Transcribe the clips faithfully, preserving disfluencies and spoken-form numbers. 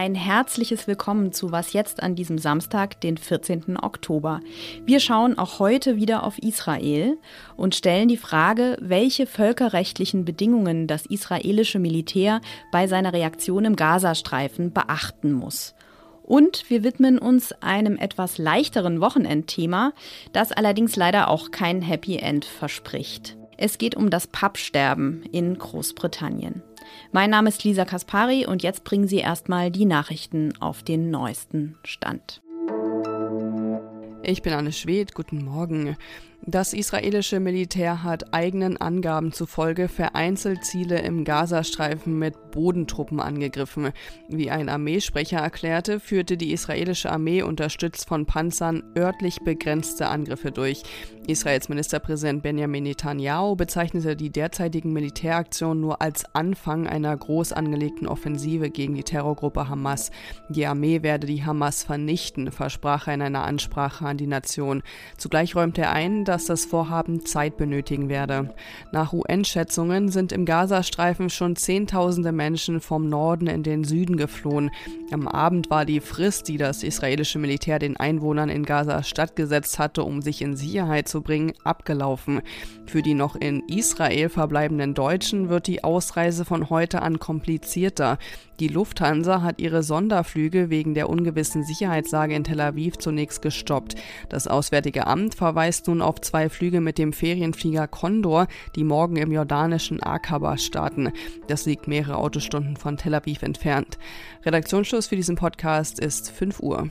ein herzliches Willkommen zu Was jetzt an diesem Samstag, den vierzehnten Oktober. Wir schauen auch heute wieder auf Israel und stellen die Frage, welche völkerrechtlichen Bedingungen das israelische Militär bei seiner Reaktion im Gazastreifen beachten muss. Und wir widmen uns einem etwas leichteren Wochenendthema, das allerdings leider auch kein Happy End verspricht. Es geht um das Pappsterben in Großbritannien. Mein Name ist Lisa Kaspari und jetzt bringen Sie erstmal die Nachrichten auf den neuesten Stand. Ich bin Anne Schwedt, guten Morgen. Das israelische Militär hat eigenen Angaben zufolge vereinzelt Ziele im Gazastreifen mit Bodentruppen angegriffen. Wie ein Armeesprecher erklärte, führte die israelische Armee unterstützt von Panzern örtlich begrenzte Angriffe durch. Israels Ministerpräsident Benjamin Netanyahu bezeichnete die derzeitigen Militäraktionen nur als Anfang einer groß angelegten Offensive gegen die Terrorgruppe Hamas. Die Armee werde die Hamas vernichten, versprach er in einer Ansprache an die Nation. Zugleich räumte er ein, dass das Vorhaben Zeit benötigen werde. Nach U N-Schätzungen sind im Gazastreifen schon Zehntausende Menschen vom Norden in den Süden geflohen. Am Abend war die Frist, die das israelische Militär den Einwohnern in Gaza stattgesetzt hatte, um sich in Sicherheit zu bringen, abgelaufen. Für die noch in Israel verbleibenden Deutschen wird die Ausreise von heute an komplizierter. Die Lufthansa hat ihre Sonderflüge wegen der ungewissen Sicherheitslage in Tel Aviv zunächst gestoppt. Das Auswärtige Amt verweist nun auf zwei Flüge mit dem Ferienflieger Condor, die morgen im jordanischen Aqaba starten. Das liegt mehrere Autostunden von Tel Aviv entfernt. Redaktionsschluss für diesen Podcast ist fünf Uhr.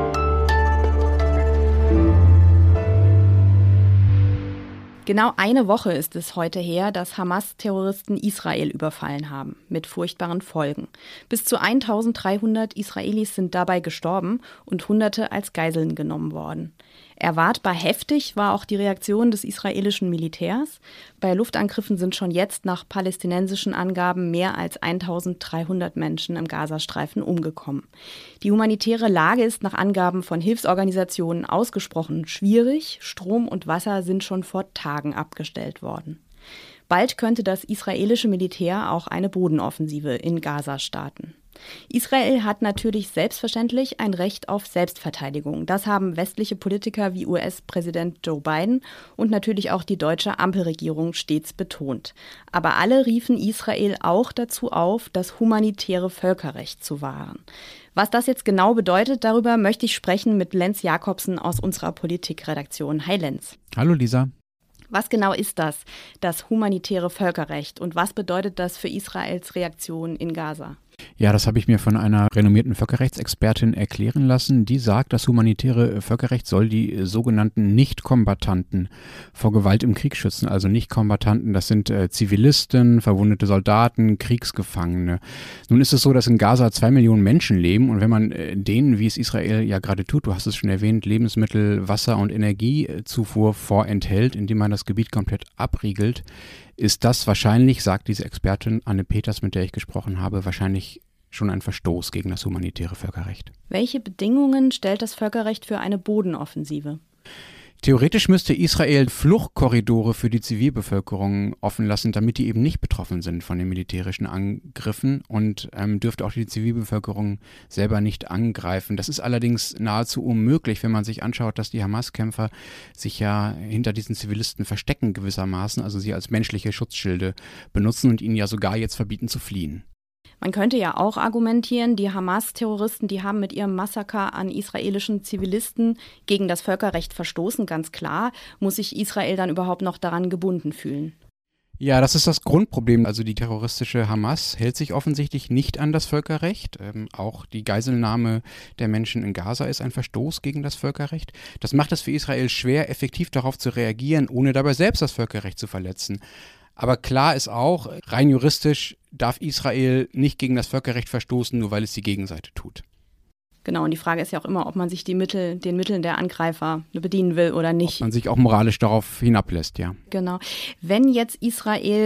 Genau eine Woche ist es heute her, dass Hamas-Terroristen Israel überfallen haben, mit furchtbaren Folgen. Bis zu eintausenddreihundert Israelis sind dabei gestorben und Hunderte als Geiseln genommen worden. Erwartbar heftig war auch die Reaktion des israelischen Militärs. Bei Luftangriffen sind schon jetzt nach palästinensischen Angaben mehr als eintausenddreihundert Menschen im Gazastreifen umgekommen. Die humanitäre Lage ist nach Angaben von Hilfsorganisationen ausgesprochen schwierig. Strom und Wasser sind schon vor Tagen abgestellt worden. Bald könnte das israelische Militär auch eine Bodenoffensive in Gaza starten. Israel hat natürlich selbstverständlich ein Recht auf Selbstverteidigung. Das haben westliche Politiker wie U S-Präsident Joe Biden und natürlich auch die deutsche Ampelregierung stets betont. Aber alle riefen Israel auch dazu auf, das humanitäre Völkerrecht zu wahren. Was das jetzt genau bedeutet, darüber möchte ich sprechen mit Lenz Jakobsen aus unserer Politikredaktion. Hi Lenz. Hallo Lisa. Was genau ist das, das humanitäre Völkerrecht, und was bedeutet das für Israels Reaktion in Gaza? Ja, das habe ich mir von einer renommierten Völkerrechtsexpertin erklären lassen. Die sagt, das humanitäre Völkerrecht soll die sogenannten Nicht-Kombattanten vor Gewalt im Krieg schützen. Also Nicht-Kombattanten, das sind äh, Zivilisten, verwundete Soldaten, Kriegsgefangene. Nun ist es so, dass in Gaza zwei Millionen Menschen leben, und wenn man äh, denen, wie es Israel ja gerade tut, du hast es schon erwähnt, Lebensmittel, Wasser und Energiezufuhr vorenthält, indem man das Gebiet komplett abriegelt, ist das wahrscheinlich, sagt diese Expertin Anne Peters, mit der ich gesprochen habe, wahrscheinlich schon ein Verstoß gegen das humanitäre Völkerrecht. Welche Bedingungen stellt das Völkerrecht für eine Bodenoffensive? Theoretisch müsste Israel Fluchtkorridore für die Zivilbevölkerung offen lassen, damit die eben nicht betroffen sind von den militärischen Angriffen, und ähm, dürfte auch die Zivilbevölkerung selber nicht angreifen. Das ist allerdings nahezu unmöglich, wenn man sich anschaut, dass die Hamas-Kämpfer sich ja hinter diesen Zivilisten verstecken gewissermaßen, also sie als menschliche Schutzschilde benutzen und ihnen ja sogar jetzt verbieten zu fliehen. Man könnte ja auch argumentieren, die Hamas-Terroristen, die haben mit ihrem Massaker an israelischen Zivilisten gegen das Völkerrecht verstoßen, ganz klar. Muss sich Israel dann überhaupt noch daran gebunden fühlen? Ja, das ist das Grundproblem. Also die terroristische Hamas hält sich offensichtlich nicht an das Völkerrecht. Ähm, auch die Geiselnahme der Menschen in Gaza ist ein Verstoß gegen das Völkerrecht. Das macht es für Israel schwer, effektiv darauf zu reagieren, ohne dabei selbst das Völkerrecht zu verletzen. Aber klar ist auch, rein juristisch darf Israel nicht gegen das Völkerrecht verstoßen, nur weil es die Gegenseite tut. Genau, und die Frage ist ja auch immer, ob man sich die Mittel, den Mitteln der Angreifer bedienen will oder nicht. Ob man sich auch moralisch darauf hinablässt, ja. Genau. Wenn jetzt Israel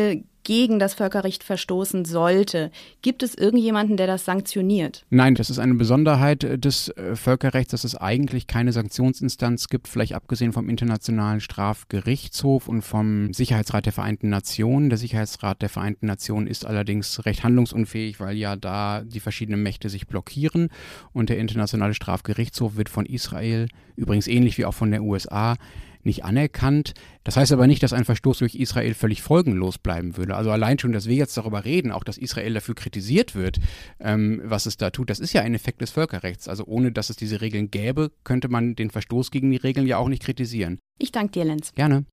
gegen das Völkerrecht verstoßen sollte, gibt es irgendjemanden, der das sanktioniert? Nein, das ist eine Besonderheit des äh, Völkerrechts, dass es eigentlich keine Sanktionsinstanz gibt, vielleicht abgesehen vom Internationalen Strafgerichtshof und vom Sicherheitsrat der Vereinten Nationen. Der Sicherheitsrat der Vereinten Nationen ist allerdings recht handlungsunfähig, weil ja da die verschiedenen Mächte sich blockieren. Und der Internationale Strafgerichtshof wird von Israel, übrigens ähnlich wie auch von der U S A, nicht anerkannt. Das heißt aber nicht, dass ein Verstoß durch Israel völlig folgenlos bleiben würde. Also allein schon, dass wir jetzt darüber reden, auch dass Israel dafür kritisiert wird, ähm, was es da tut, das ist ja ein Effekt des Völkerrechts. Also ohne, dass es diese Regeln gäbe, könnte man den Verstoß gegen die Regeln ja auch nicht kritisieren. Ich danke dir, Lenz. Gerne.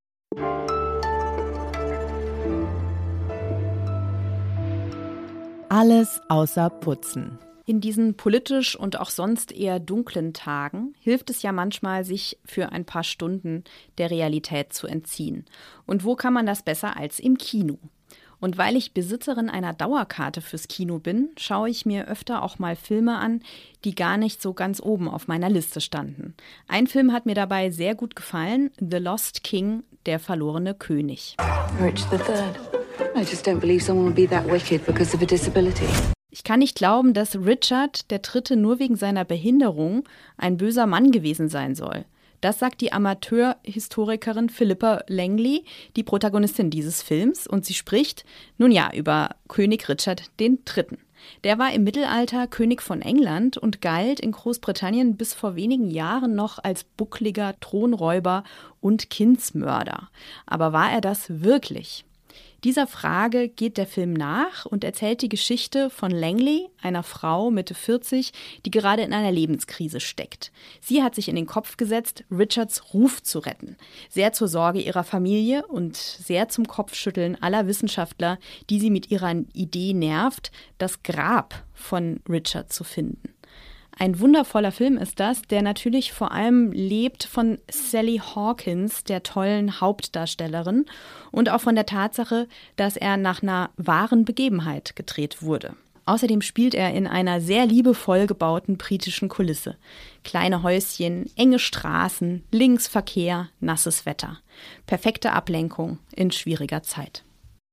Alles außer Putzen. In diesen politisch und auch sonst eher dunklen Tagen hilft es ja manchmal, sich für ein paar Stunden der Realität zu entziehen. Und wo kann man das besser als im Kino? Und weil ich Besitzerin einer Dauerkarte fürs Kino bin, schaue ich mir öfter auch mal Filme an, die gar nicht so ganz oben auf meiner Liste standen. Ein Film hat mir dabei sehr gut gefallen, The Lost King, der verlorene König. Richard the Third. I just don't believe someone would be that wicked because of a disability. Ich kann nicht glauben, dass Richard der Dritte nur wegen seiner Behinderung ein böser Mann gewesen sein soll. Das sagt die Amateurhistorikerin Philippa Langley, die Protagonistin dieses Films, und sie spricht, nun ja, über König Richard den Dritten. Der war im Mittelalter König von England und galt in Großbritannien bis vor wenigen Jahren noch als buckliger Thronräuber und Kindsmörder. Aber war er das wirklich? Dieser Frage geht der Film nach und erzählt die Geschichte von Langley, einer Frau Mitte vierzig, die gerade in einer Lebenskrise steckt. Sie hat sich in den Kopf gesetzt, Richards Ruf zu retten. Sehr zur Sorge ihrer Familie und sehr zum Kopfschütteln aller Wissenschaftler, die sie mit ihrer Idee nervt, das Grab von Richard zu finden. Ein wundervoller Film ist das, der natürlich vor allem lebt von Sally Hawkins, der tollen Hauptdarstellerin, und auch von der Tatsache, dass er nach einer wahren Begebenheit gedreht wurde. Außerdem spielt er in einer sehr liebevoll gebauten britischen Kulisse. Kleine Häuschen, enge Straßen, Linksverkehr, nasses Wetter. Perfekte Ablenkung in schwieriger Zeit.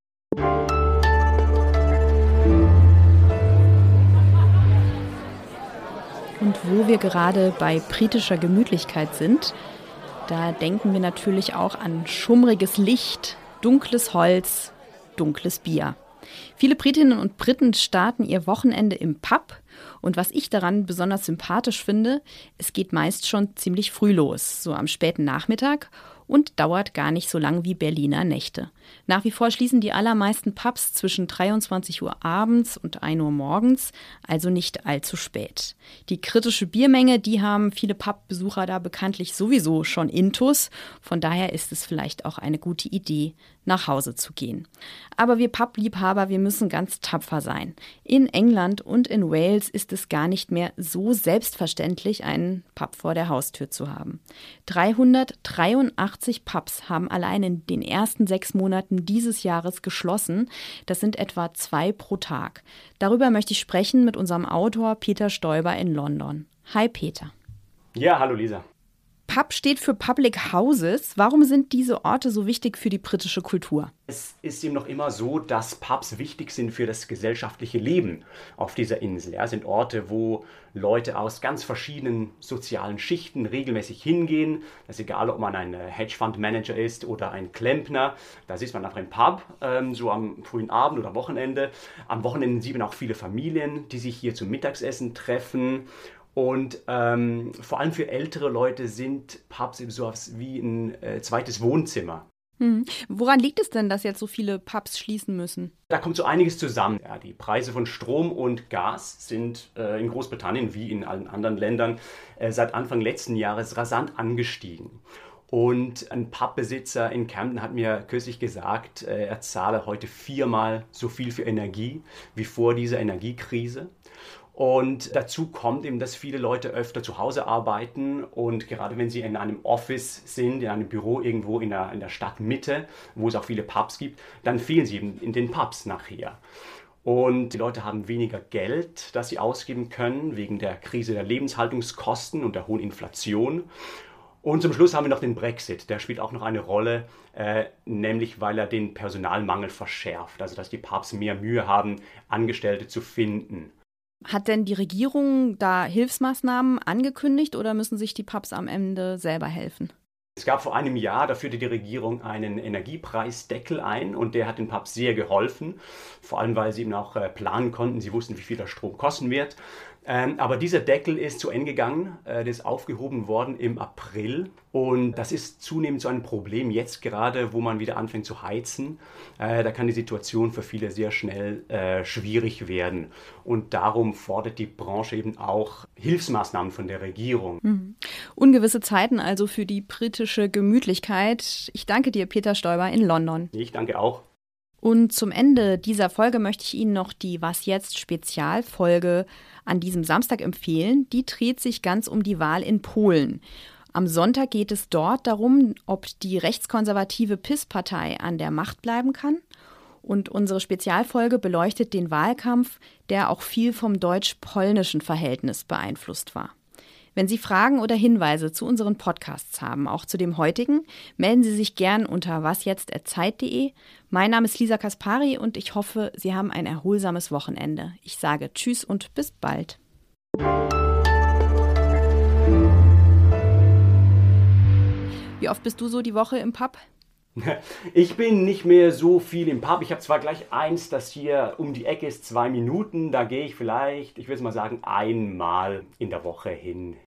Und wo wir gerade bei britischer Gemütlichkeit sind, da denken wir natürlich auch an schummriges Licht, dunkles Holz, dunkles Bier. Viele Britinnen und Briten starten ihr Wochenende im Pub. Und was ich daran besonders sympathisch finde, es geht meist schon ziemlich früh los, so am späten Nachmittag, und dauert gar nicht so lang wie Berliner Nächte. Nach wie vor schließen die allermeisten Pubs zwischen dreiundzwanzig Uhr abends und ein Uhr morgens, also nicht allzu spät. Die kritische Biermenge, die haben viele Pubbesucher da bekanntlich sowieso schon intus. Von daher ist es vielleicht auch eine gute Idee, nach Hause zu gehen. Aber wir Publiebhaber, wir müssen ganz tapfer sein. In England und in Wales ist es gar nicht mehr so selbstverständlich, einen Pub vor der Haustür zu haben. dreihundertdreiundachtzig Pubs haben allein in den ersten sechs Monaten dieses Jahres geschlossen. Das sind etwa zwei pro Tag. Darüber möchte ich sprechen mit unserem Autor Peter Stoiber in London. Hi Peter. Ja, hallo Lisa. Pub steht für Public Houses. Warum sind diese Orte so wichtig für die britische Kultur? Es ist eben noch immer so, dass Pubs wichtig sind für das gesellschaftliche Leben auf dieser Insel. Ja, es sind Orte, wo Leute aus ganz verschiedenen sozialen Schichten regelmäßig hingehen. Das ist egal, ob man ein Hedgefondsmanager ist oder ein Klempner. Da sitzt man auf einem Pub, ähm, so am frühen Abend oder Wochenende. Am Wochenende sieht man auch viele Familien, die sich hier zum Mittagessen treffen. Und ähm, vor allem für ältere Leute sind Pubs eben so was wie ein äh, zweites Wohnzimmer. Hm. Woran liegt es denn, dass jetzt so viele Pubs schließen müssen? Da kommt so einiges zusammen. Ja, die Preise von Strom und Gas sind äh, in Großbritannien wie in allen anderen Ländern äh, seit Anfang letzten Jahres rasant angestiegen. Und ein Pubbesitzer in Camden hat mir kürzlich gesagt, äh, er zahle heute viermal so viel für Energie wie vor dieser Energiekrise. Und dazu kommt eben, dass viele Leute öfter zu Hause arbeiten und gerade wenn sie in einem Office sind, in einem Büro irgendwo in der, in der Stadtmitte, wo es auch viele Pubs gibt, dann fehlen sie eben in den Pubs nachher. Und die Leute haben weniger Geld, das sie ausgeben können, wegen der Krise der Lebenshaltungskosten und der hohen Inflation. Und zum Schluss haben wir noch den Brexit. Der spielt auch noch eine Rolle, äh, nämlich weil er den Personalmangel verschärft. Also dass die Papst mehr Mühe haben, Angestellte zu finden. Hat denn die Regierung da Hilfsmaßnahmen angekündigt oder müssen sich die Papst am Ende selber helfen? Es gab vor einem Jahr, da führte die Regierung einen Energiepreisdeckel ein und der hat dem Papst sehr geholfen, vor allem weil sie eben auch äh, planen konnten, sie wussten, wie viel der Strom kosten wird. Ähm, aber dieser Deckel ist zu Ende gegangen, äh, der ist aufgehoben worden im April und das ist zunehmend so ein Problem, jetzt gerade, wo man wieder anfängt zu heizen. Äh, da kann die Situation für viele sehr schnell äh, schwierig werden und darum fordert die Branche eben auch Hilfsmaßnahmen von der Regierung. Mhm. Ungewisse Zeiten also für die britische Gemütlichkeit. Ich danke dir, Peter Stoiber in London. Ich danke auch. Und zum Ende dieser Folge möchte ich Ihnen noch die Was jetzt Spezialfolge an diesem Samstag empfehlen. Die dreht sich ganz um die Wahl in Polen. Am Sonntag geht es dort darum, ob die rechtskonservative P I S-Partei an der Macht bleiben kann. Und unsere Spezialfolge beleuchtet den Wahlkampf, der auch viel vom deutsch-polnischen Verhältnis beeinflusst war. Wenn Sie Fragen oder Hinweise zu unseren Podcasts haben, auch zu dem heutigen, melden Sie sich gern unter wasjetzt at zeit punkt de. Mein Name ist Lisa Kaspari und ich hoffe, Sie haben ein erholsames Wochenende. Ich sage Tschüss und bis bald. Wie oft bist du so die Woche im Pub? Ich bin nicht mehr so viel im Pub. Ich habe zwar gleich eins, das hier um die Ecke ist, zwei Minuten. Da gehe ich vielleicht, ich würde mal sagen, einmal in der Woche hin.